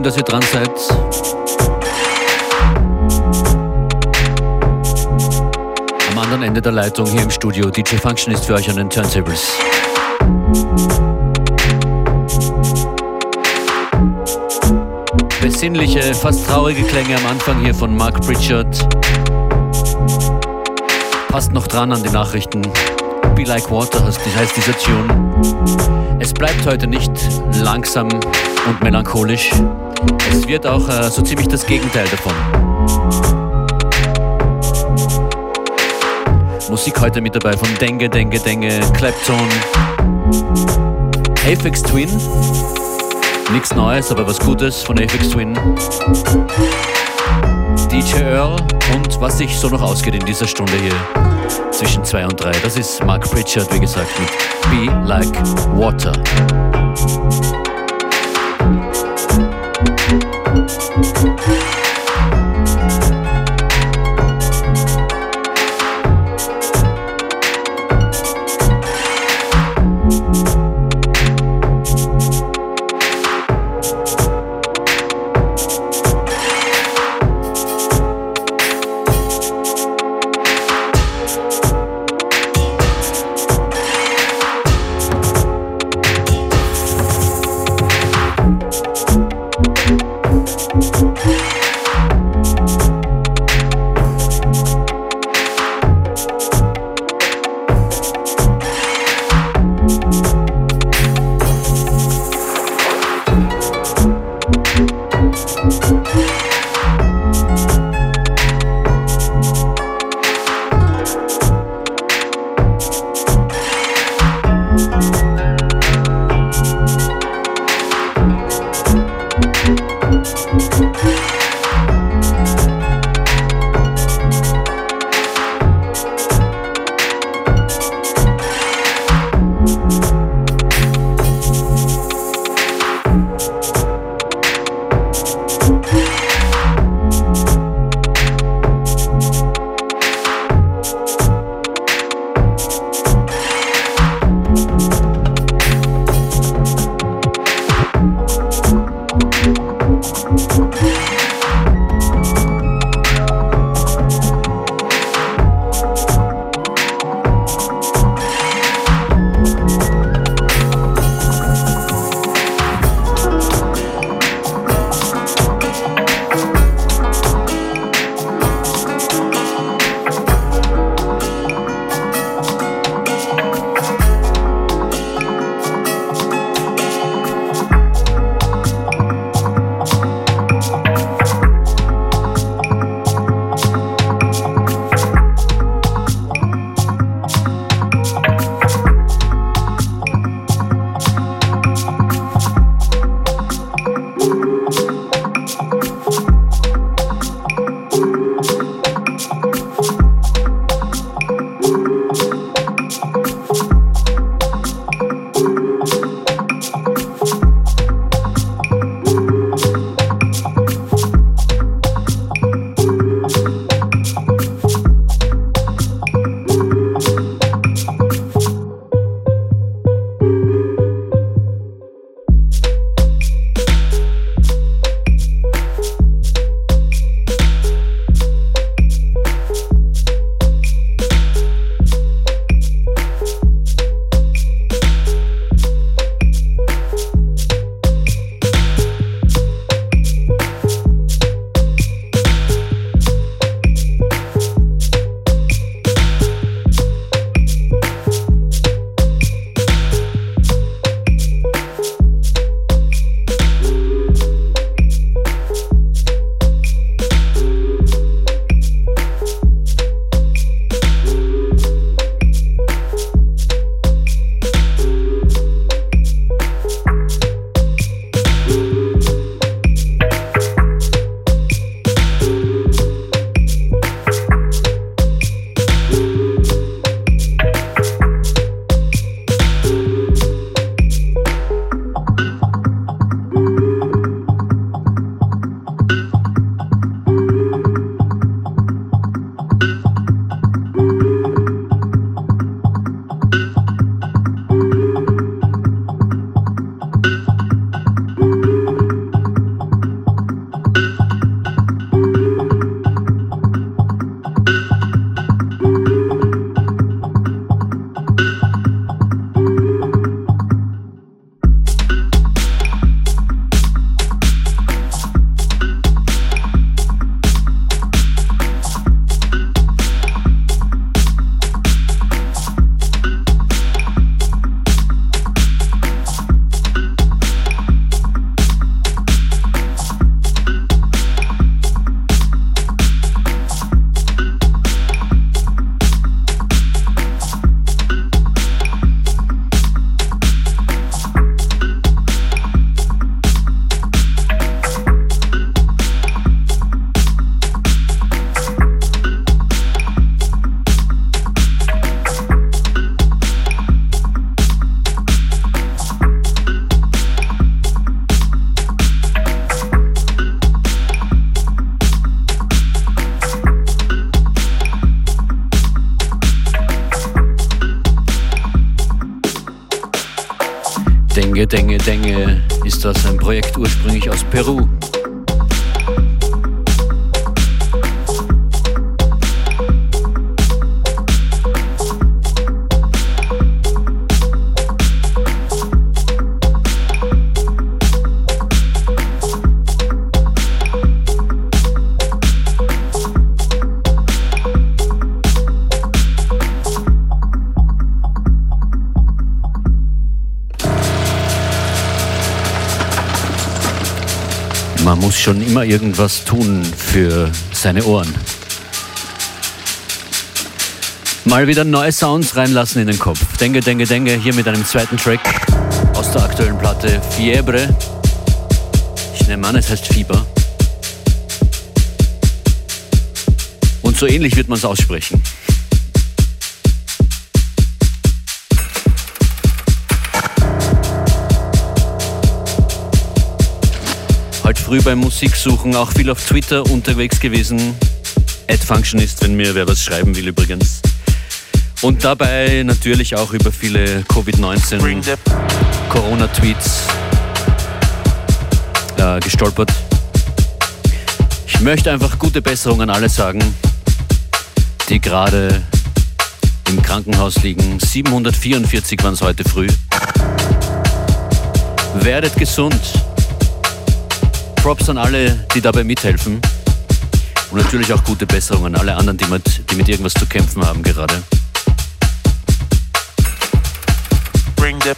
Schön, dass ihr dran seid. Am anderen Ende der Leitung hier im Studio DJ Function ist für euch an den Turntables. Besinnliche, fast traurige Klänge am Anfang hier von Mark Pritchard. Passt noch dran an die Nachrichten. Be Like Water heißt dieser Tune. Es bleibt heute nicht langsam und melancholisch. Es wird auch so ziemlich das Gegenteil davon. Musik heute mit dabei von Denge, Clapton, Aphex Twin. Nichts Neues, aber was Gutes von Aphex Twin. DJ Earl und was sich so noch ausgeht in dieser Stunde hier zwischen 2 und 3. Das ist Mark Pritchard, wie gesagt, mit Be Like Water. Dengue, Dengue, Dengue ist das ein Projekt ursprünglich aus Peru. Man muss schon immer irgendwas tun für seine Ohren. Mal wieder neue Sounds reinlassen in den Kopf. Dengue, Dengue, Dengue, hier mit einem zweiten Track aus der aktuellen Platte Fiebre. Ich nehme an, es heißt Fieber. Und so ähnlich wird man es aussprechen. Früh beim Musiksuchen auch viel auf Twitter unterwegs gewesen. @Functionist, wenn mir wer was schreiben will übrigens. Und dabei natürlich auch über viele Covid-19 Corona-Tweets gestolpert. Ich möchte einfach gute Besserung an alle sagen, die gerade im Krankenhaus liegen. 744 waren es heute früh. Werdet gesund. Props an alle, die dabei mithelfen. Und natürlich auch gute Besserung an alle anderen, die mit irgendwas zu kämpfen haben gerade. Bring the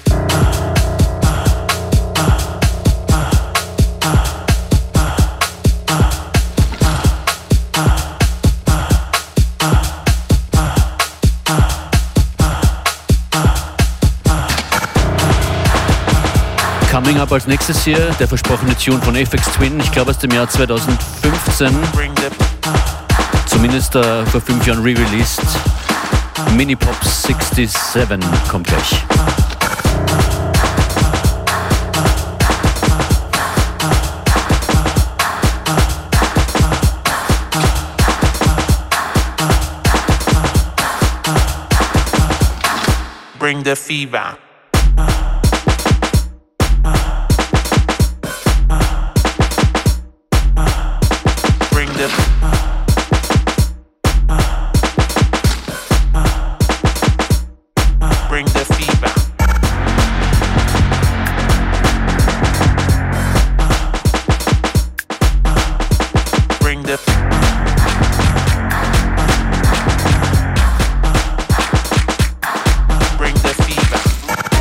Coming up als nächstes hier, der versprochene Tune von Aphex Twin, ich glaube aus dem Jahr 2015, zumindest vor 5 Jahren re-released. Mini Pop 67 kommt gleich. Bring the fever. Bring the fever. Bring the Bring the fever.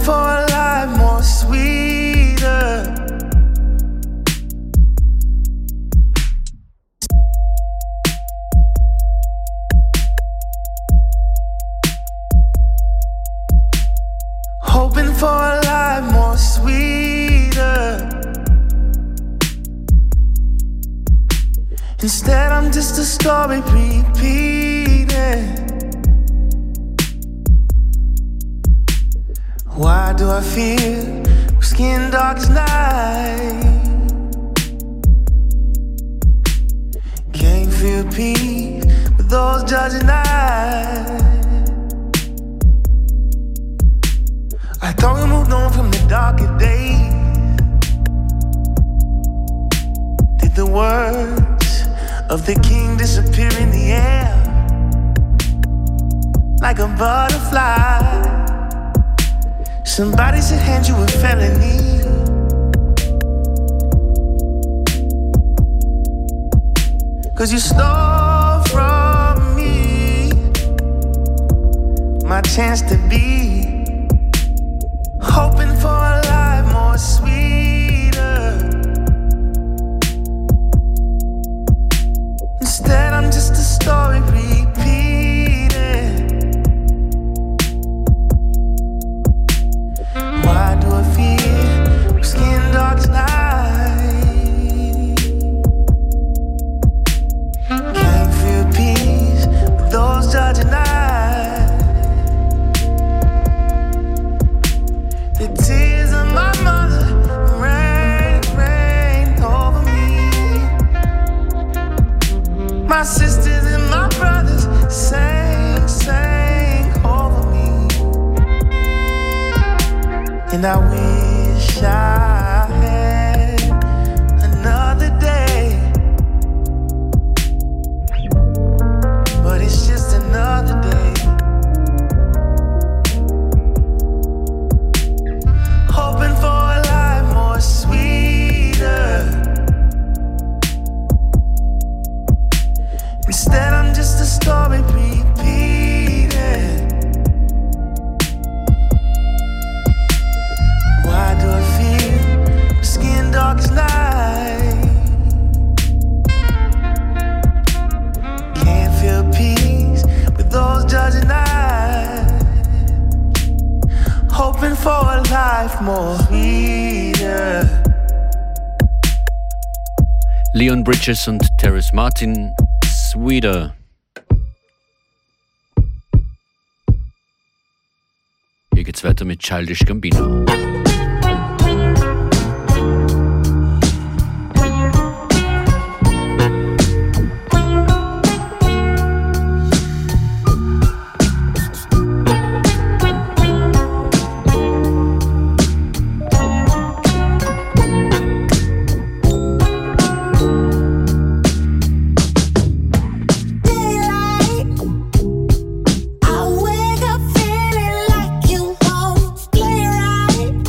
for a life more sweeter. Hoping for a life more sweeter. Instead, I'm just a story repeating. Why do I feel skin dark as night? Can't feel peace with those judging eyes. I thought we moved on from the darker days. Did the words of the king disappear in the air like a butterfly? Somebody should hand you a felony. Cause you stole from me my chance to be. Hoping for a life more sweeter. Instead, I'm just a story repeating. Why do I feel skin dark as night? Can't feel peace with those judging eyes. The tears of my mother rain over me. My sisters and my brothers sang over me. And I wish I had another day, but it's just another day. Hoping for a life more sweeter. Instead, I'm just a story repeating. Why do I feel skin dark as night? Can't feel peace with those judging eyes. Hoping for a life more sweeter. Leon Bridges und Terrace Martin, Sweeter. Hier geht's weiter mit Childish Gambino. I wake up feeling like you won't play right.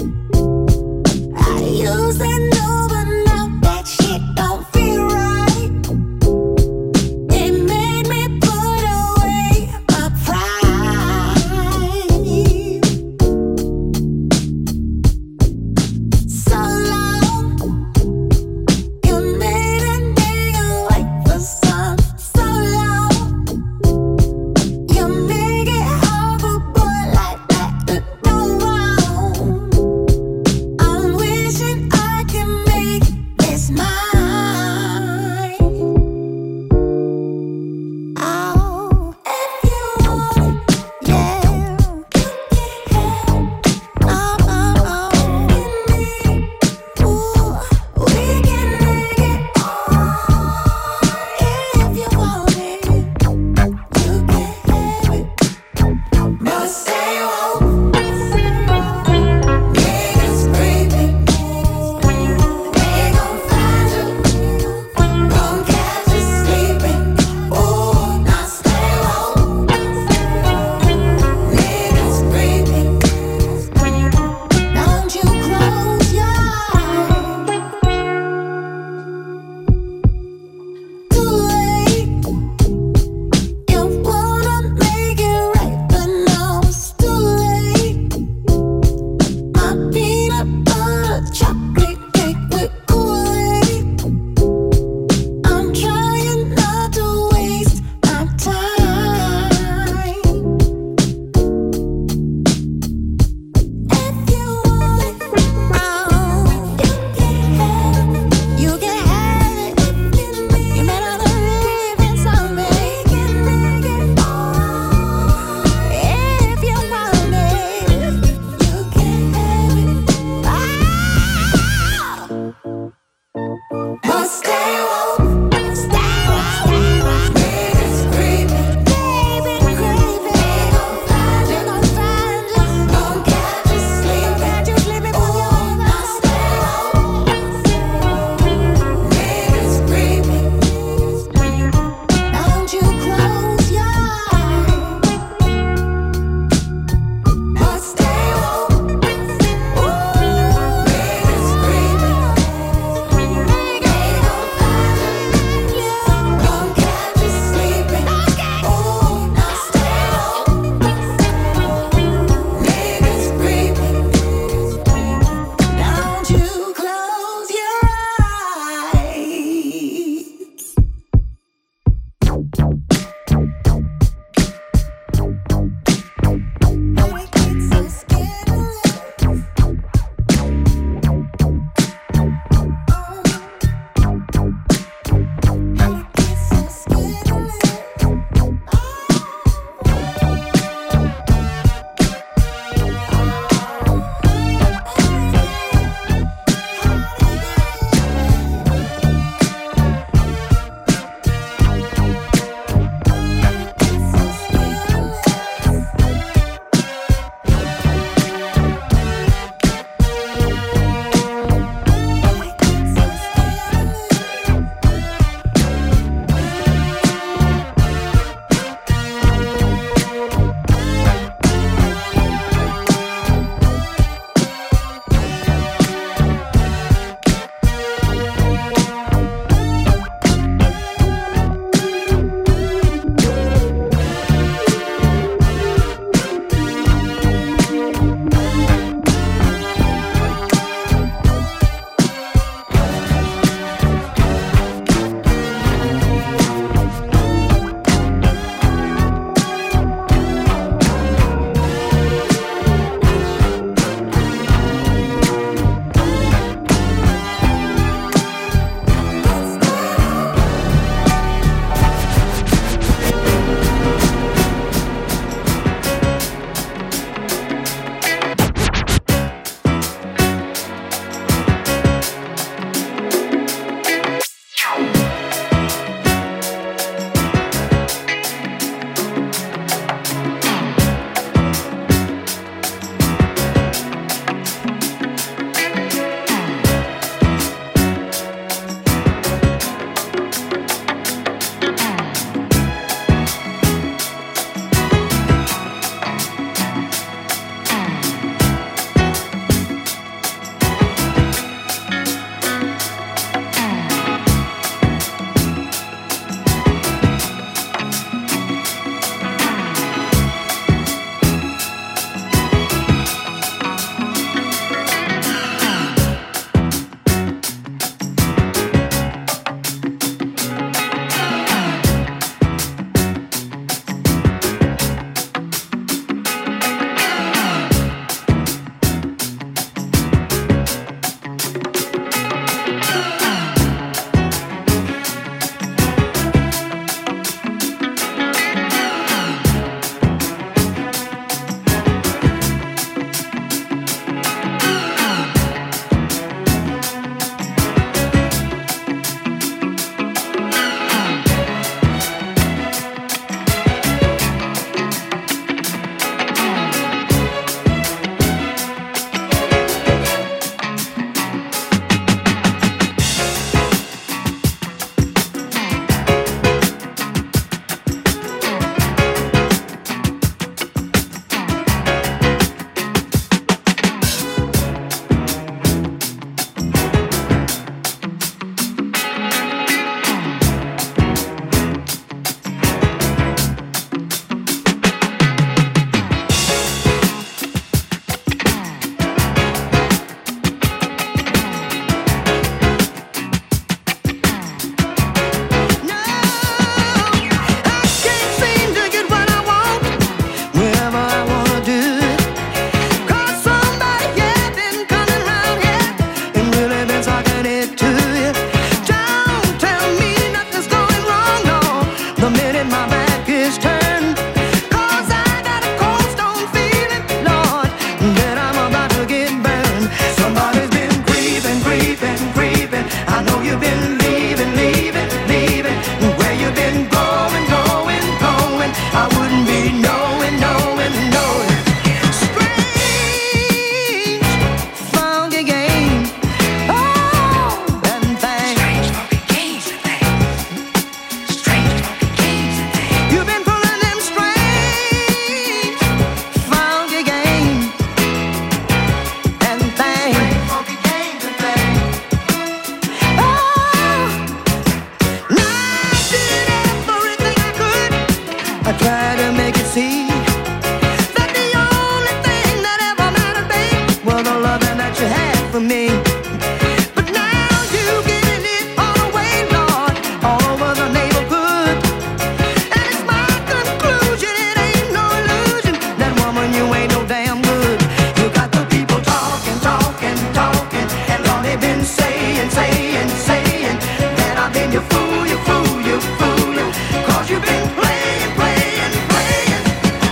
for me. But now you getting it all away, Lord, all over the neighborhood. And it's my conclusion, it ain't no illusion, that woman, you ain't no damn good. You got the people talking, talking, talking, and all they've been saying, saying, saying, that I've been your fool, you fool, you fool, you, 'cause you've been playing, playing, playing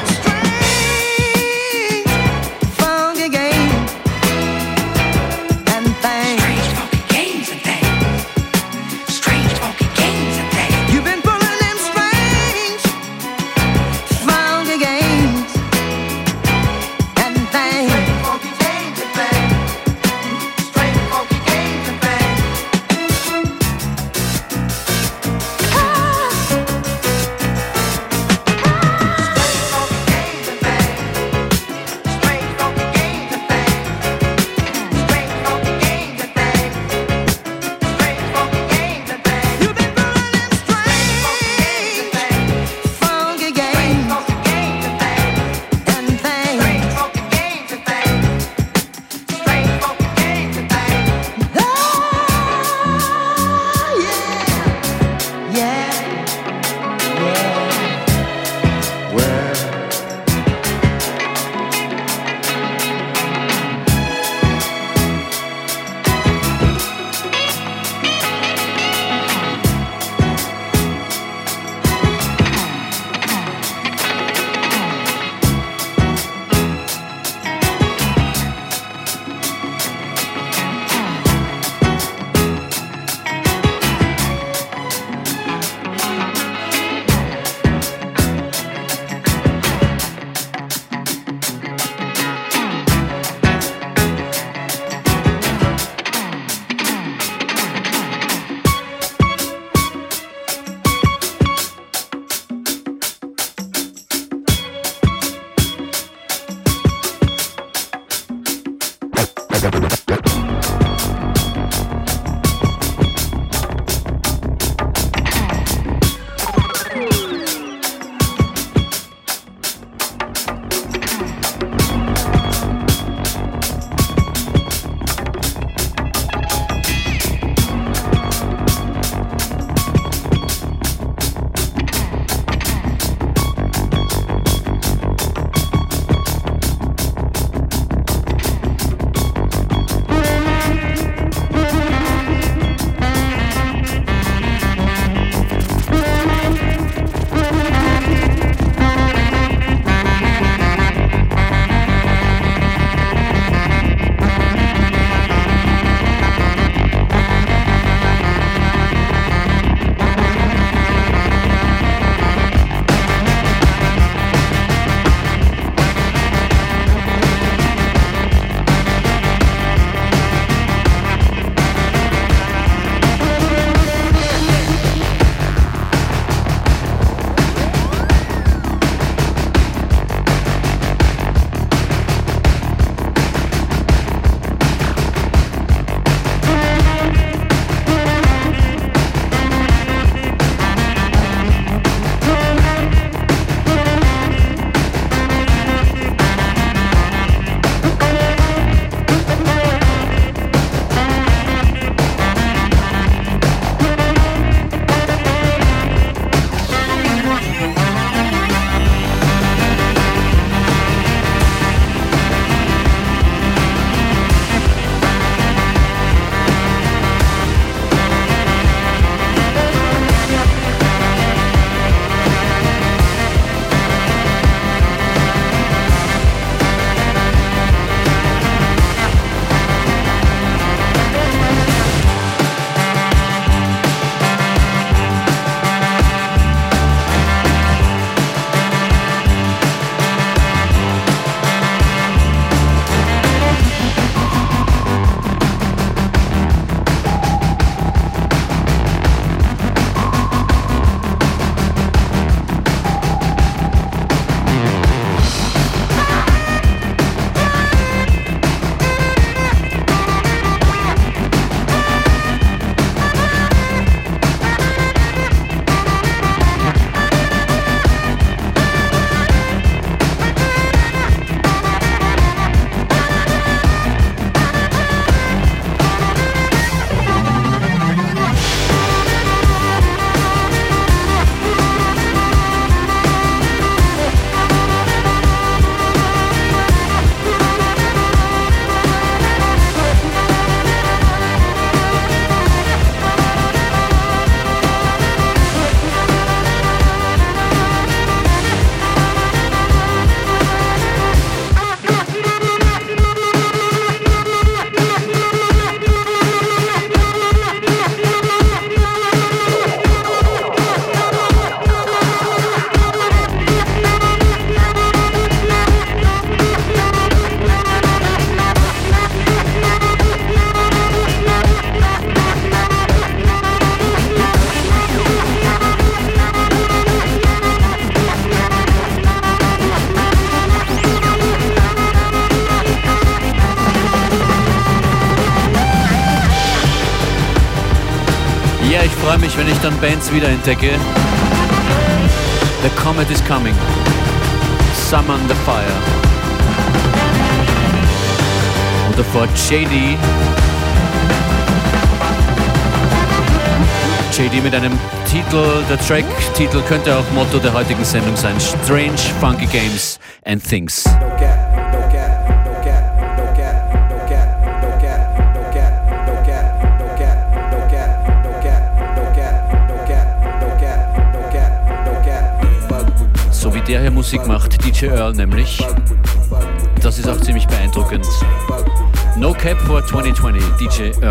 strange, funky games and things. Strange funky games and things. Strange funky games and things. You've been pulling them strange, funky games and things. Strange funky games and things. Strange funky games and things. Strange funky games and things. Strange funky games and things. Strange funky games and things. You've been pulling them strange, funky games and things. Strange funky games and things. Strange funky games and things. Oh, yeah, yeah, yeah. freue mich, wenn ich dann Bands wiederentdecke. The Comet is Coming. Summon the Fire. Und davor JD. JD mit einem Titel, der Track-Titel könnte auch Motto der heutigen Sendung sein. Strange, Funky Games and Things. So wie der hier Musik macht, DJ Earl nämlich. Das ist auch ziemlich beeindruckend. No Cap for 2020, DJ Earl.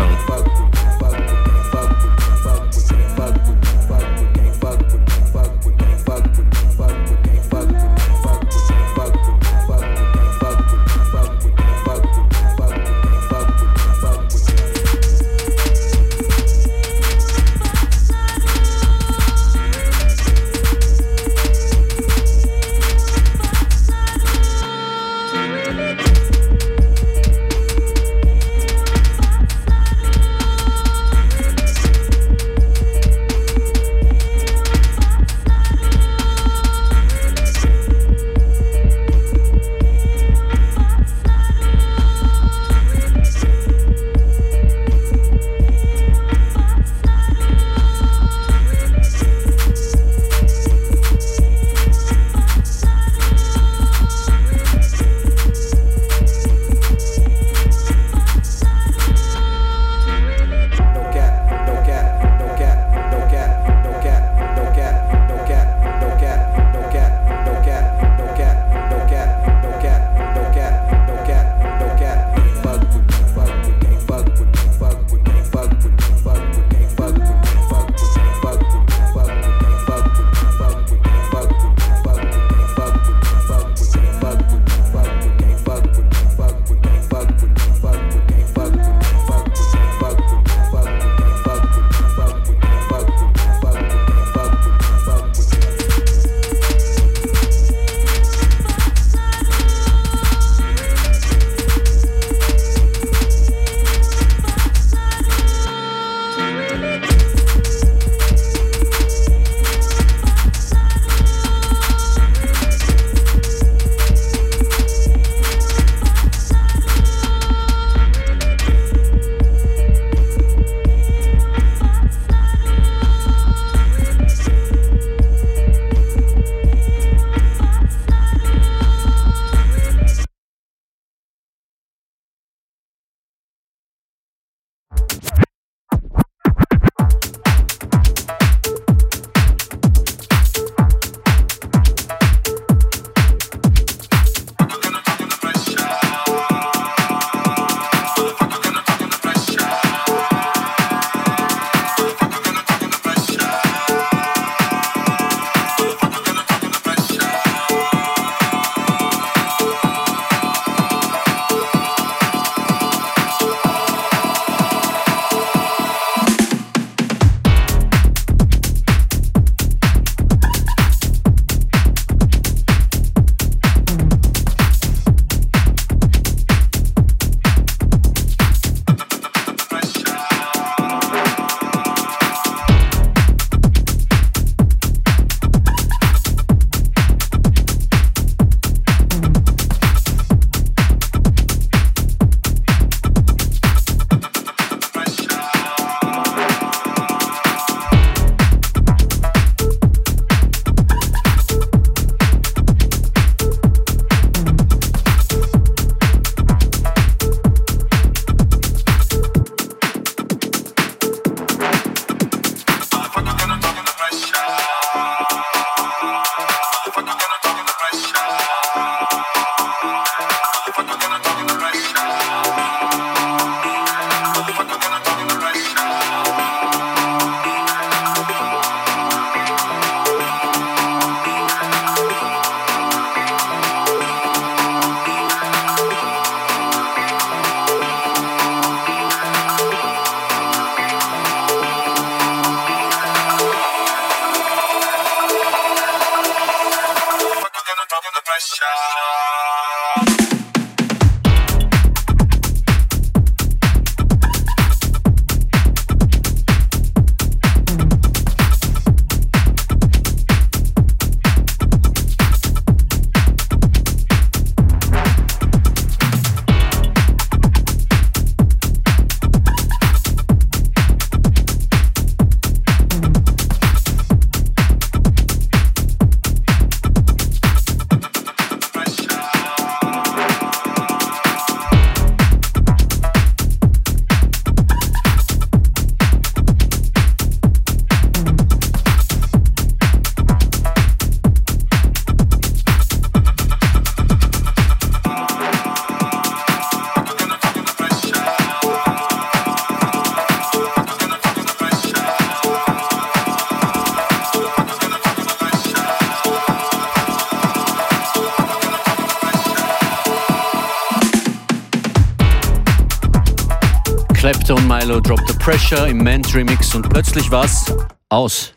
Clapton, Milo, Drop the Pressure im Mant Remix und plötzlich war's aus.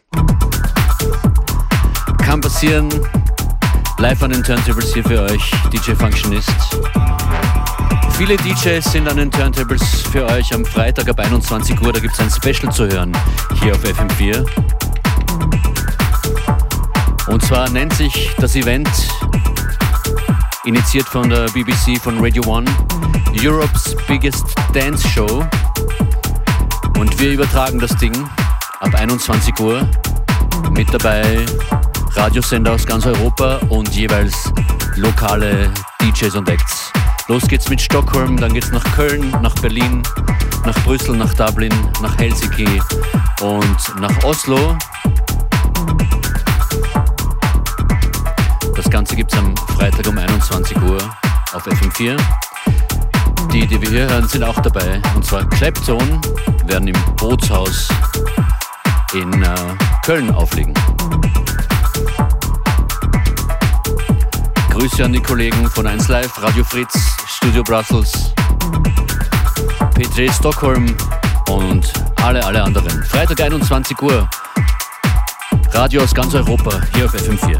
Kann passieren. Live an den Turntables hier für euch, DJ Functionist. Viele DJs sind an den Turntables für euch am Freitag ab 21 Uhr. Da gibt es ein Special zu hören hier auf FM4. Und zwar nennt sich das Event, initiiert von der BBC, von Radio 1, Europe's Biggest Dance Show. Und wir übertragen das Ding ab 21 Uhr. Mit dabei Radiosender aus ganz Europa und jeweils lokale DJs und Acts. Los geht's mit Stockholm, dann geht's nach Köln, nach Berlin, nach Brüssel, nach Dublin, nach Helsinki und nach Oslo. Das Ganze gibt's am Freitag um 21 Uhr auf FM4. Die wir hier hören, sind auch dabei. Und zwar Clapton werden im Bootshaus in Köln auflegen. Grüße an die Kollegen von 1Live, Radio Fritz, Studio Brussels, P3 Stockholm und alle anderen. Freitag 21 Uhr, Radio aus ganz Europa, hier auf FM4.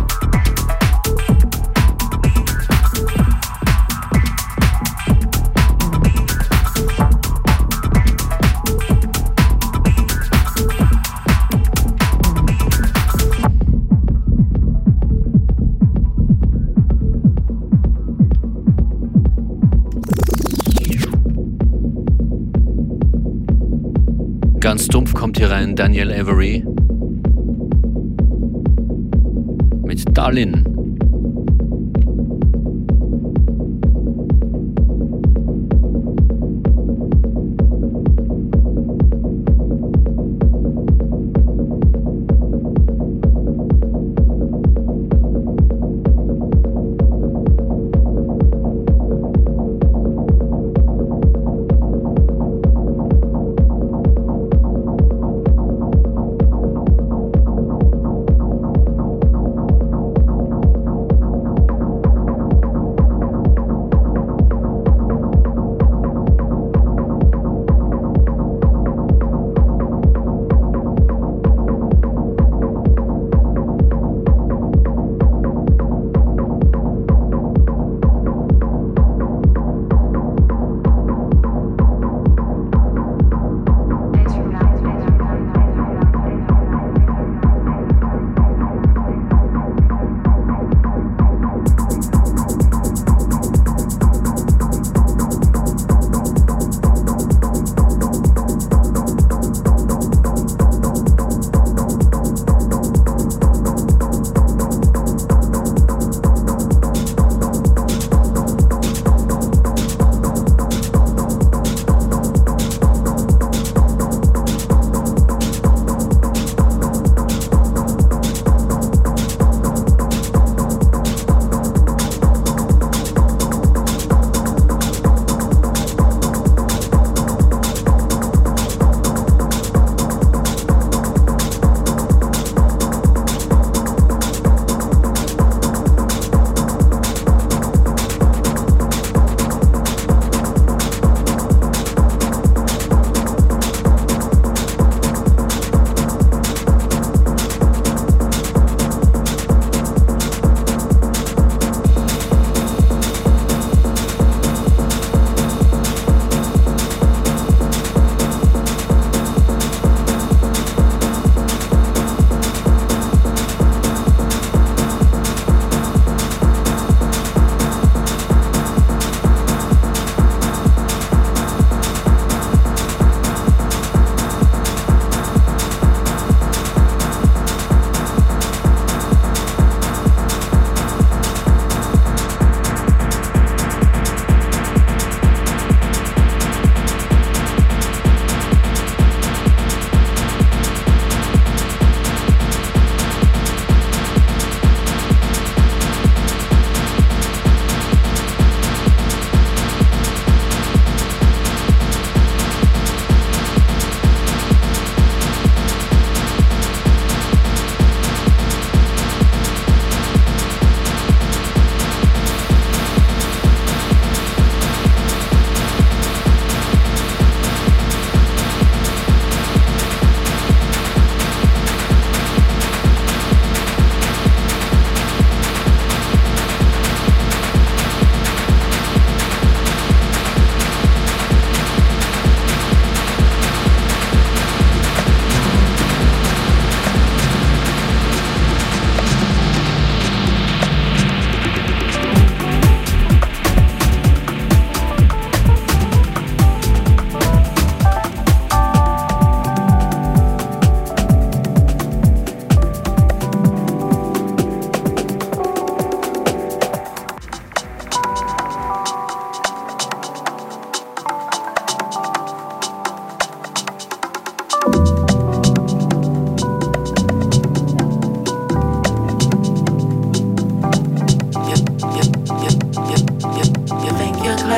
Ganz dumpf kommt hier rein Daniel Avery mit Darlin.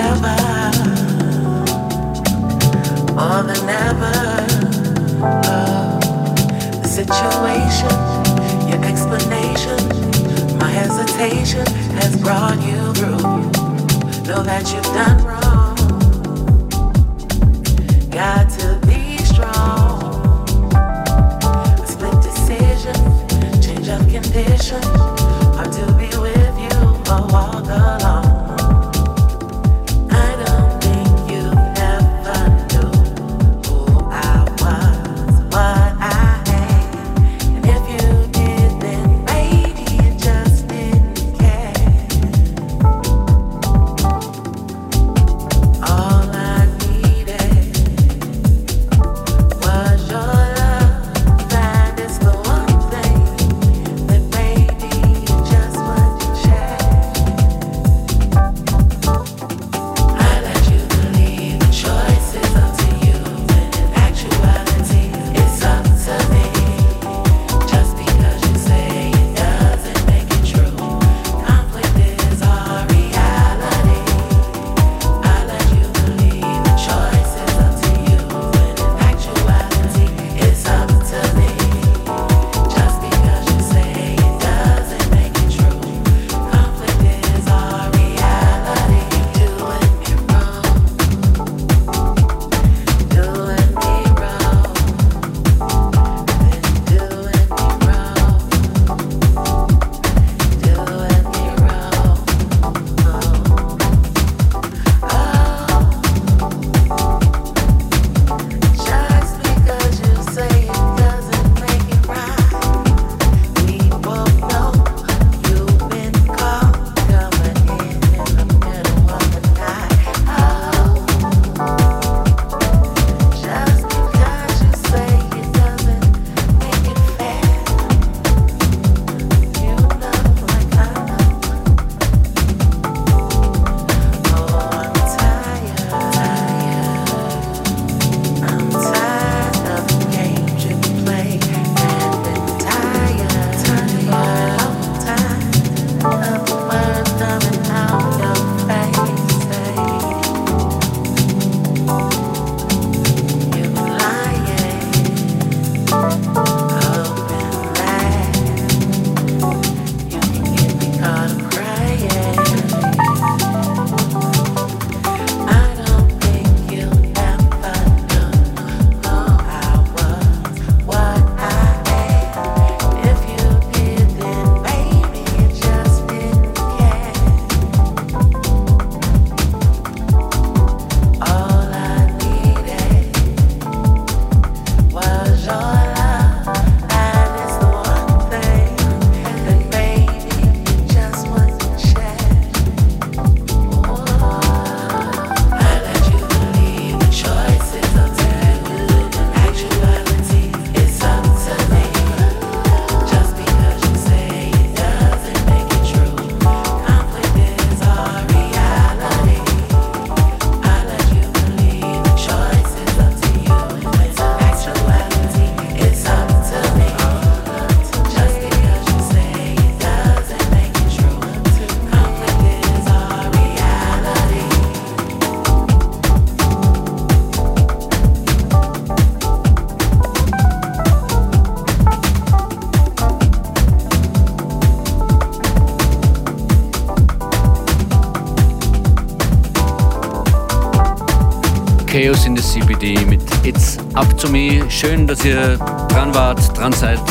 Chaos in the CBD mit It's Up to Me. Schön, dass ihr dran wart, dran seid.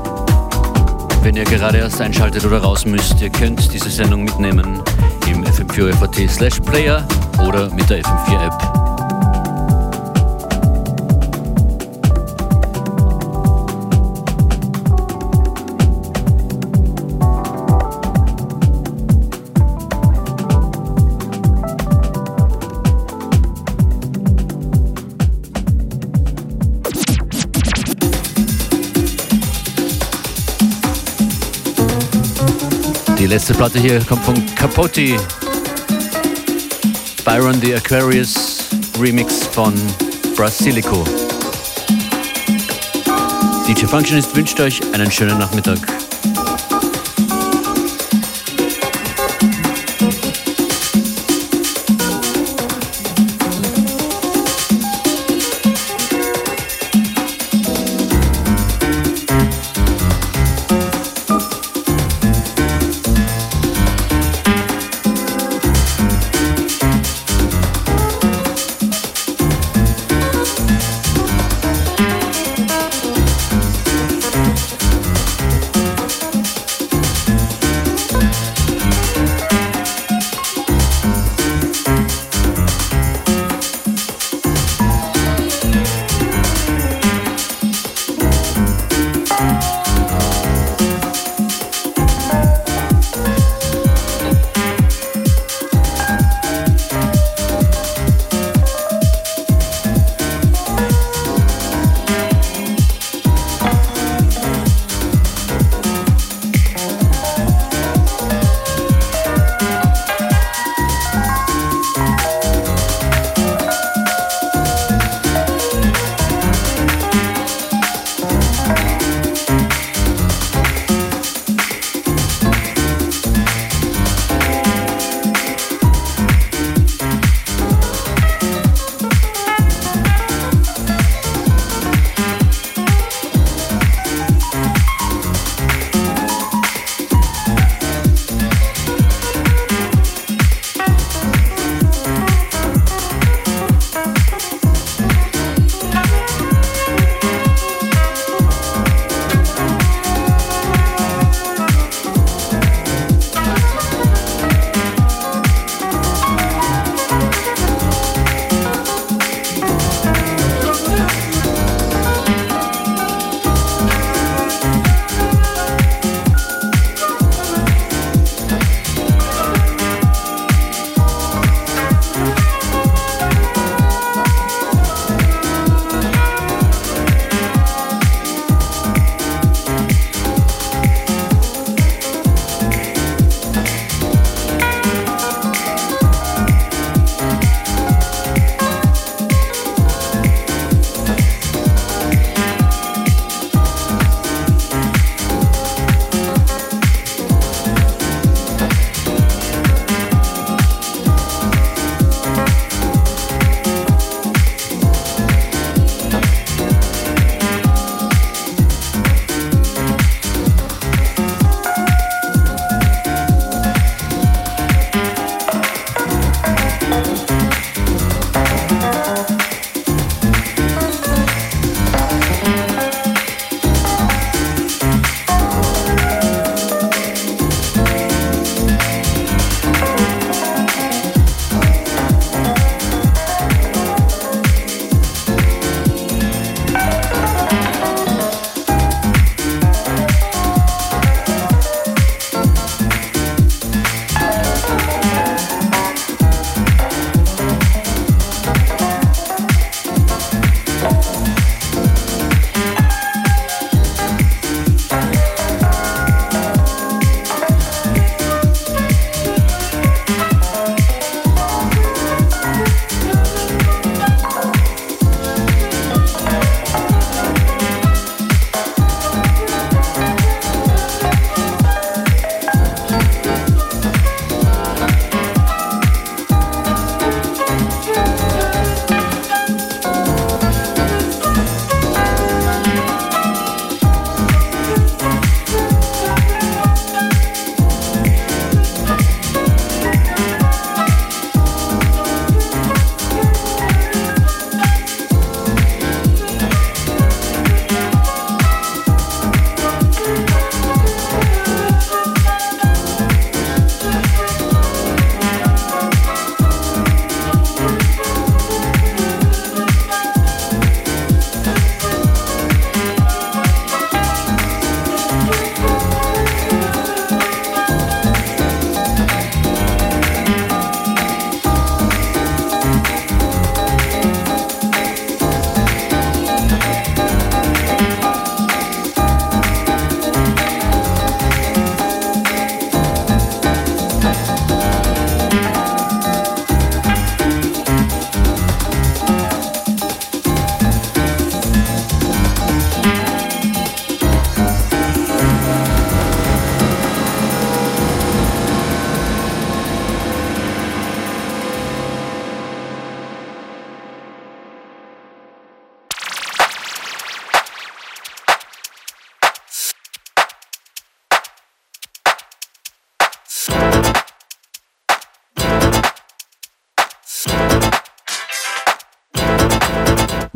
Wenn ihr gerade erst einschaltet oder raus müsst, ihr könnt diese Sendung mitnehmen im fm4fat/player oder mit der FM4-App. Die letzte Platte hier kommt von Capote. Byron the Aquarius Remix von Brasilico. DJ Functionist wünscht euch einen schönen Nachmittag.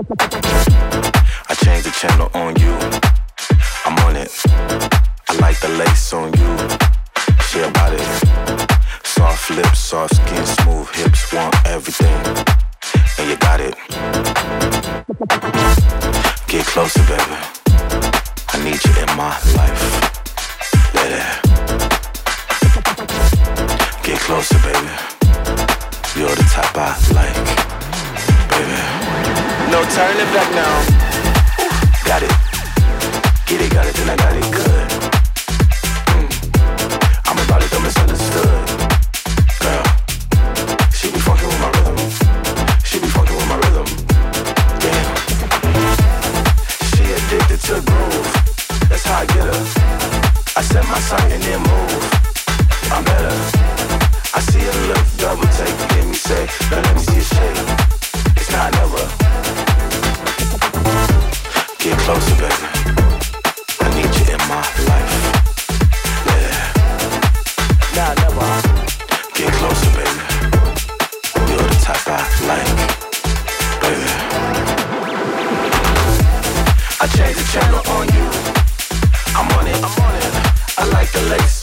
I changed the channel on you. I'm on it. I like the lace on you. She about it. Soft lips, soft skin, smooth hips, want everything. And you got it. Get closer, baby. I need you in my life. Lady. Get closer, baby. You're the type I like, baby. No turning back now. Got it. Get it, got it, then I got it good. I'm about it, though misunderstood. Girl, she be fucking with my rhythm. She be fucking with my rhythm. Damn. She addicted to the groove. That's how I get her. I set my sight and then move. I'm better. I see her look, double take, hear me say, now let me see a shake. It's not never. Get closer, baby. I need you in my life. Yeah. Nah, never. Get closer, baby. You're the type I like, baby. I changed the channel on you. I'm on it. I like the lace